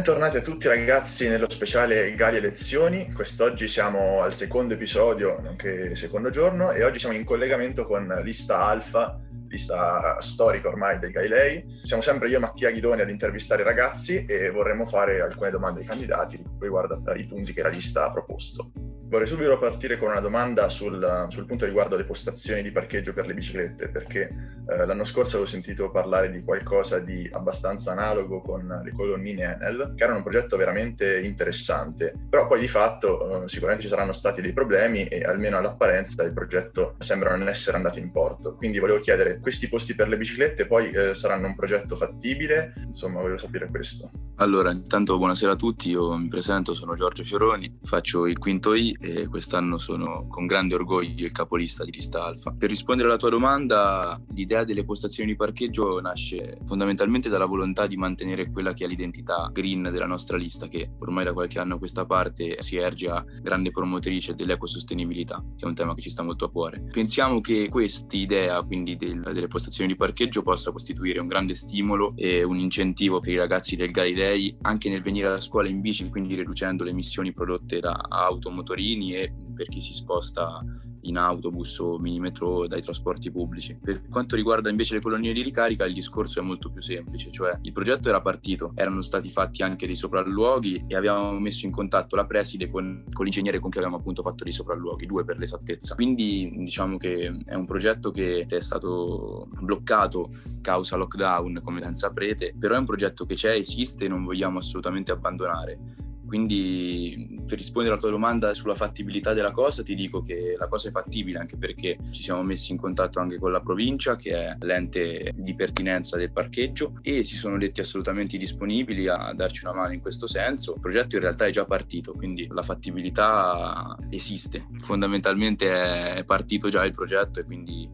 Bentornati a tutti ragazzi nello speciale Gali Elezioni. Quest'oggi siamo al secondo episodio, nonché secondo giorno, e oggi siamo in collegamento con Lista Alfa, lista storica ormai del Galilei. Siamo sempre io e Mattia Ghidoni ad intervistare i ragazzi e vorremmo fare alcune domande ai candidati riguardo i punti che la lista ha proposto. Vorrei subito partire con una domanda sul punto riguardo le postazioni di parcheggio per le biciclette, perché l'anno scorso avevo sentito parlare di qualcosa di abbastanza analogo con le colonnine Enel, che erano un progetto veramente interessante, però poi di fatto sicuramente ci saranno stati dei problemi e almeno all'apparenza il progetto sembra non essere andato in porto. Quindi volevo chiedere, questi posti per le biciclette poi saranno un progetto fattibile? Insomma, volevo sapere questo. Allora, intanto buonasera a tutti, io mi presento, sono Giorgio Fioroni, faccio il quinto I e quest'anno sono con grande orgoglio il capolista di Lista Alfa. Per rispondere alla tua domanda, l'idea delle postazioni di parcheggio nasce fondamentalmente dalla volontà di mantenere quella che è l'identità green della nostra lista, che ormai da qualche anno a questa parte si erge a grande promotrice dell'ecosostenibilità, che è un tema che ci sta molto a cuore. Pensiamo che quest'idea, quindi delle postazioni di parcheggio, possa costituire un grande stimolo e un incentivo per i ragazzi del Galilei anche nel venire a scuola in bici, quindi riducendo le emissioni prodotte da auto, motorini e per chi si sposta in autobus o minimetro dai trasporti pubblici. Per quanto riguarda invece le colonnine di ricarica, il discorso è molto più semplice, cioè il progetto era partito, erano stati fatti anche dei sopralluoghi e avevamo messo in contatto la preside con l'ingegnere con cui avevamo appunto fatto dei sopralluoghi, 2 per l'esattezza. Quindi diciamo che è un progetto che è stato bloccato causa lockdown, come ben saprete, però è un progetto che c'è, esiste e non vogliamo assolutamente abbandonare. Quindi per rispondere alla tua domanda sulla fattibilità della cosa, ti dico che la cosa è fattibile, anche perché ci siamo messi in contatto anche con la provincia, che è l'ente di pertinenza del parcheggio, e si sono detti assolutamente disponibili a darci una mano in questo senso. Il progetto in realtà è già partito, quindi la fattibilità esiste. Fondamentalmente è partito già il progetto e quindi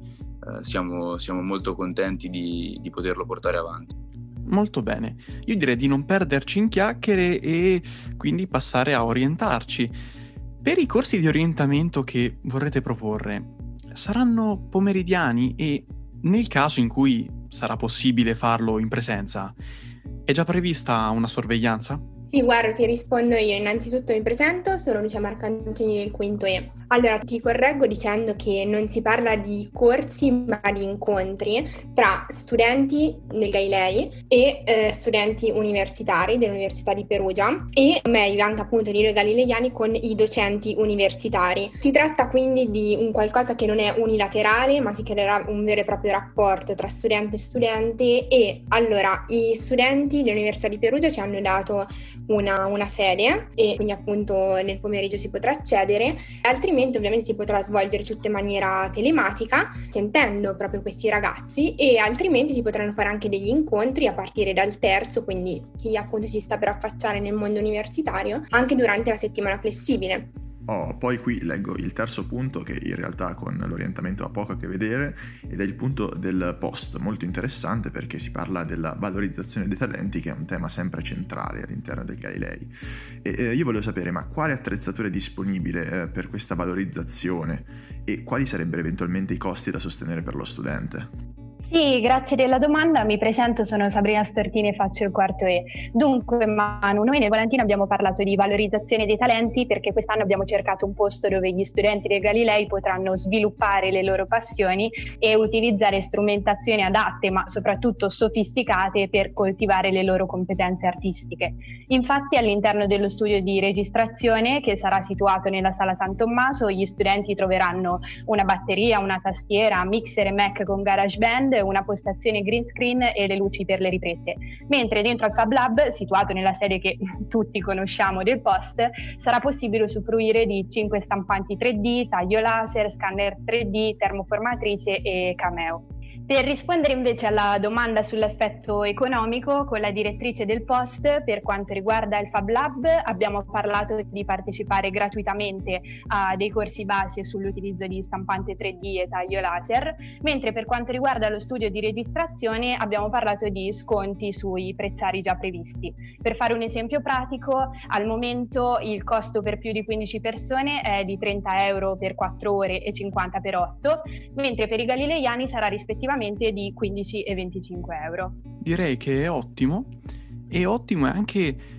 siamo molto contenti di poterlo portare avanti. Molto bene, io direi di non perderci in chiacchiere e quindi passare a orientarci. Per i corsi di orientamento che vorrete proporre, saranno pomeridiani e nel caso in cui sarà possibile farlo in presenza, è già prevista una sorveglianza? Sì, guarda, ti rispondo io. Innanzitutto mi presento, sono Lucia Marcantini del quinto E. Allora, ti correggo dicendo che non si parla di corsi, ma di incontri tra studenti del Galilei e studenti universitari dell'Università di Perugia e meglio anche appunto di noi galileiani con i docenti universitari. Si tratta quindi di un qualcosa che non è unilaterale, ma si creerà un vero e proprio rapporto tra studente e studente e allora i studenti dell'Università di Perugia ci hanno dato una sede e quindi appunto nel pomeriggio si potrà accedere, altrimenti ovviamente si potrà svolgere tutto in maniera telematica sentendo proprio questi ragazzi e altrimenti si potranno fare anche degli incontri a partire dal terzo, quindi chi appunto si sta per affacciare nel mondo universitario, anche durante la settimana flessibile. Poi qui leggo il terzo punto che in realtà con l'orientamento ha poco a che vedere ed è il punto del post, molto interessante perché si parla della valorizzazione dei talenti, che è un tema sempre centrale all'interno del Galilei. E io volevo sapere, ma quale attrezzatura è disponibile per questa valorizzazione e quali sarebbero eventualmente i costi da sostenere per lo studente? Sì, grazie della domanda. Mi presento, sono Sabrina Stortini e faccio il quarto E. Dunque, Manu, noi nel Volantino abbiamo parlato di valorizzazione dei talenti perché quest'anno abbiamo cercato un posto dove gli studenti del Galilei potranno sviluppare le loro passioni e utilizzare strumentazioni adatte, ma soprattutto sofisticate per coltivare le loro competenze artistiche. Infatti, all'interno dello studio di registrazione, che sarà situato nella Sala San Tommaso, gli studenti troveranno una batteria, una tastiera, mixer e Mac con GarageBand, una postazione green screen e le luci per le riprese, mentre dentro al Fab Lab, situato nella sede che tutti conosciamo del Post, sarà possibile usufruire di 5 stampanti 3D, taglio laser, scanner 3D, termoformatrice e Cameo. Per rispondere invece alla domanda sull'aspetto economico, con la direttrice del Post, per quanto riguarda il Fab Lab, abbiamo parlato di partecipare gratuitamente a dei corsi base sull'utilizzo di stampante 3D e taglio laser, mentre per quanto riguarda lo studio di registrazione abbiamo parlato di sconti sui prezzari già previsti. Per fare un esempio pratico, al momento il costo per più di 15 persone è di 30 euro per 4 ore e 50 per 8, mentre per i galileiani sarà rispettivamente di 15 e 25 euro. Direi che è ottimo. E ottimo è anche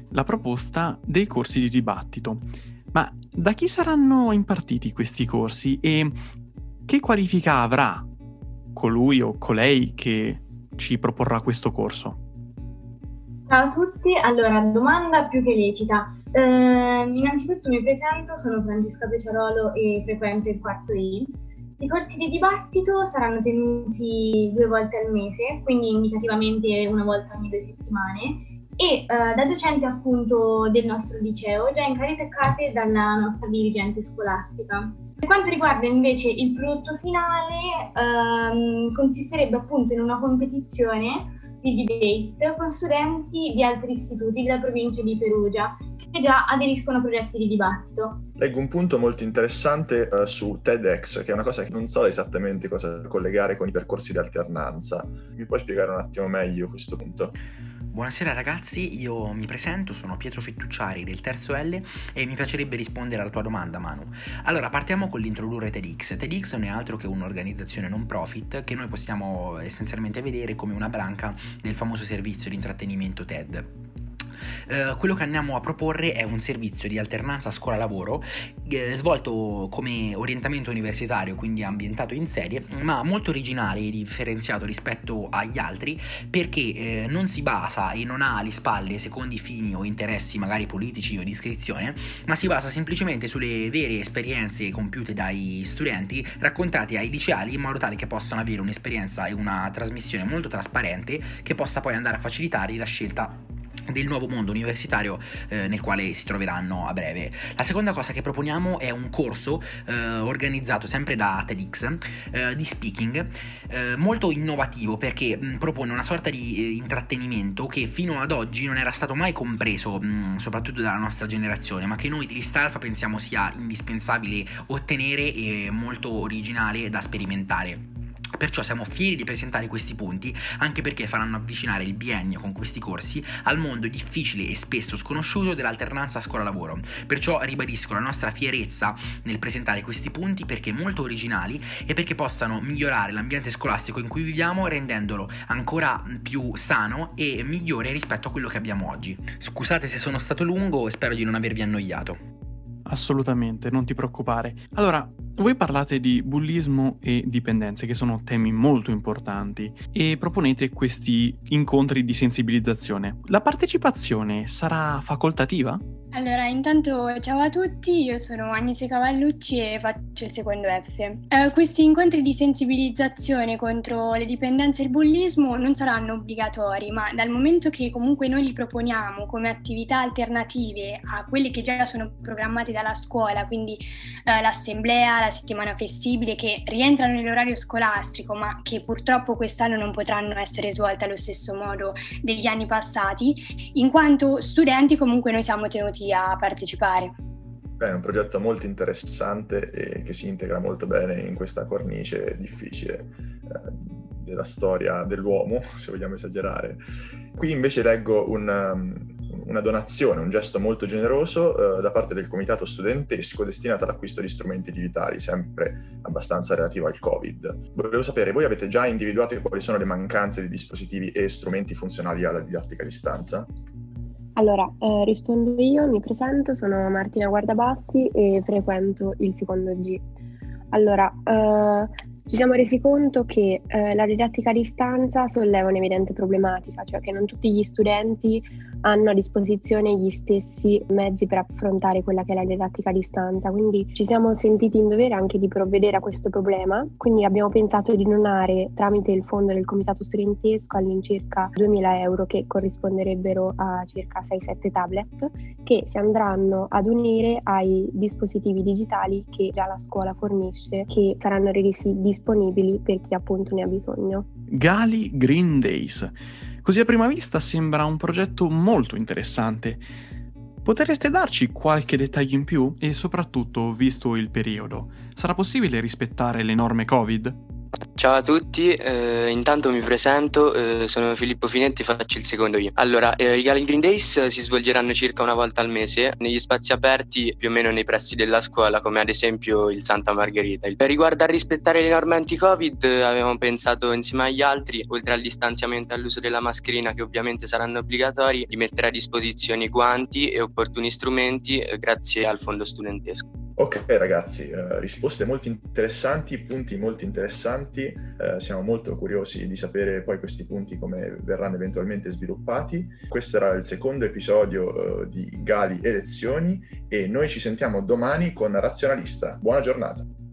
la proposta dei corsi di dibattito. Ma da chi saranno impartiti questi corsi e che qualifica avrà colui o colei che ci proporrà questo corso? Ciao a tutti, allora domanda più che lecita. Innanzitutto mi presento, sono Francesca Peciarolo e frequento il quarto I. I corsi di dibattito saranno tenuti 2 volte al mese, quindi indicativamente una volta ogni 2 settimane, e da docente appunto del nostro liceo, già incaricate dalla nostra dirigente scolastica. Per quanto riguarda invece il prodotto finale, consisterebbe appunto in una competizione di debate con studenti di altri istituti della provincia di Perugia che già aderiscono a progetti di dibattito. Leggo un punto molto interessante su TEDx, che è una cosa che non so esattamente cosa collegare con i percorsi di alternanza. Mi puoi spiegare un attimo meglio questo punto? Buonasera ragazzi, io mi presento, sono Pietro Fettucciari del terzo L e mi piacerebbe rispondere alla tua domanda, Manu. Allora, partiamo con l'introdurre TEDx. TEDx non è altro che un'organizzazione non profit che noi possiamo essenzialmente vedere come una branca del famoso servizio di intrattenimento TED. Quello che andiamo a proporre è un servizio di alternanza scuola-lavoro svolto come orientamento universitario, quindi ambientato in serie, ma molto originale e differenziato rispetto agli altri, perché non si basa e non ha alle spalle secondi fini o interessi magari politici o di iscrizione, ma si basa semplicemente sulle vere esperienze compiute dai studenti, raccontate ai liceali in modo tale che possano avere un'esperienza e una trasmissione molto trasparente che possa poi andare a facilitare la scelta del nuovo mondo universitario nel quale si troveranno a breve. La seconda cosa che proponiamo è un corso organizzato sempre da TEDx di speaking, molto innovativo perché propone una sorta di intrattenimento che fino ad oggi non era stato mai compreso, soprattutto dalla nostra generazione, ma che noi di Lista Alfa pensiamo sia indispensabile ottenere e molto originale da sperimentare. Perciò siamo fieri di presentare questi punti, anche perché faranno avvicinare il biennio con questi corsi al mondo difficile e spesso sconosciuto dell'alternanza scuola-lavoro. Perciò ribadisco la nostra fierezza nel presentare questi punti perché molto originali e perché possano migliorare l'ambiente scolastico in cui viviamo, rendendolo ancora più sano e migliore rispetto a quello che abbiamo oggi. Scusate se sono stato lungo e spero di non avervi annoiato. Assolutamente, non ti preoccupare. Allora, voi parlate di bullismo e dipendenze, che sono temi molto importanti, e proponete questi incontri di sensibilizzazione. La partecipazione sarà facoltativa? Allora, intanto ciao a tutti, io sono Agnese Cavallucci e faccio il secondo F. Questi incontri di sensibilizzazione contro le dipendenze e il bullismo non saranno obbligatori, ma dal momento che comunque noi li proponiamo come attività alternative a quelle che già sono programmate dalla scuola, quindi l'assemblea, la settimana flessibile, che rientrano nell'orario scolastico, ma che purtroppo quest'anno non potranno essere svolte allo stesso modo degli anni passati, in quanto studenti comunque noi siamo tenuti a partecipare. È un progetto molto interessante e che si integra molto bene in questa cornice difficile della storia dell'uomo, se vogliamo esagerare. Qui invece leggo una donazione, un gesto molto generoso da parte del comitato studentesco destinato all'acquisto di strumenti digitali, sempre abbastanza relativo al Covid. Volevo sapere, voi avete già individuato quali sono le mancanze di dispositivi e strumenti funzionali alla didattica a distanza? Allora, rispondo io, mi presento, sono Martina Guardabassi e frequento il secondo G. Allora, ci siamo resi conto che la didattica a distanza solleva un'evidente problematica, cioè che non tutti gli studenti hanno a disposizione gli stessi mezzi per affrontare quella che è la didattica a distanza, quindi ci siamo sentiti in dovere anche di provvedere a questo problema, quindi abbiamo pensato di donare tramite il fondo del comitato studentesco all'incirca 2.000 euro, che corrisponderebbero a circa 6-7 tablet, che si andranno ad unire ai dispositivi digitali che già la scuola fornisce, che saranno resi disponibili per chi appunto ne ha bisogno. Gali Green Days. Così a prima vista sembra un progetto molto interessante. Potreste darci qualche dettaglio in più? E soprattutto, visto il periodo, sarà possibile rispettare le norme Covid? Ciao a tutti, intanto mi presento, sono Filippo Finetti, faccio il secondo io. Allora, i Gali Green Days si svolgeranno circa una volta al mese negli spazi aperti più o meno nei pressi della scuola, come ad esempio il Santa Margherita. Riguardo a rispettare le norme anti-Covid, avevamo pensato insieme agli altri, oltre al distanziamento e all'uso della mascherina che ovviamente saranno obbligatori, di mettere a disposizione guanti e opportuni strumenti grazie al fondo studentesco. Ok ragazzi, risposte molto interessanti, punti molto interessanti, siamo molto curiosi di sapere poi questi punti come verranno eventualmente sviluppati. Questo era il secondo episodio di Gali e Lezioni e noi ci sentiamo domani con Razionalista. Buona giornata!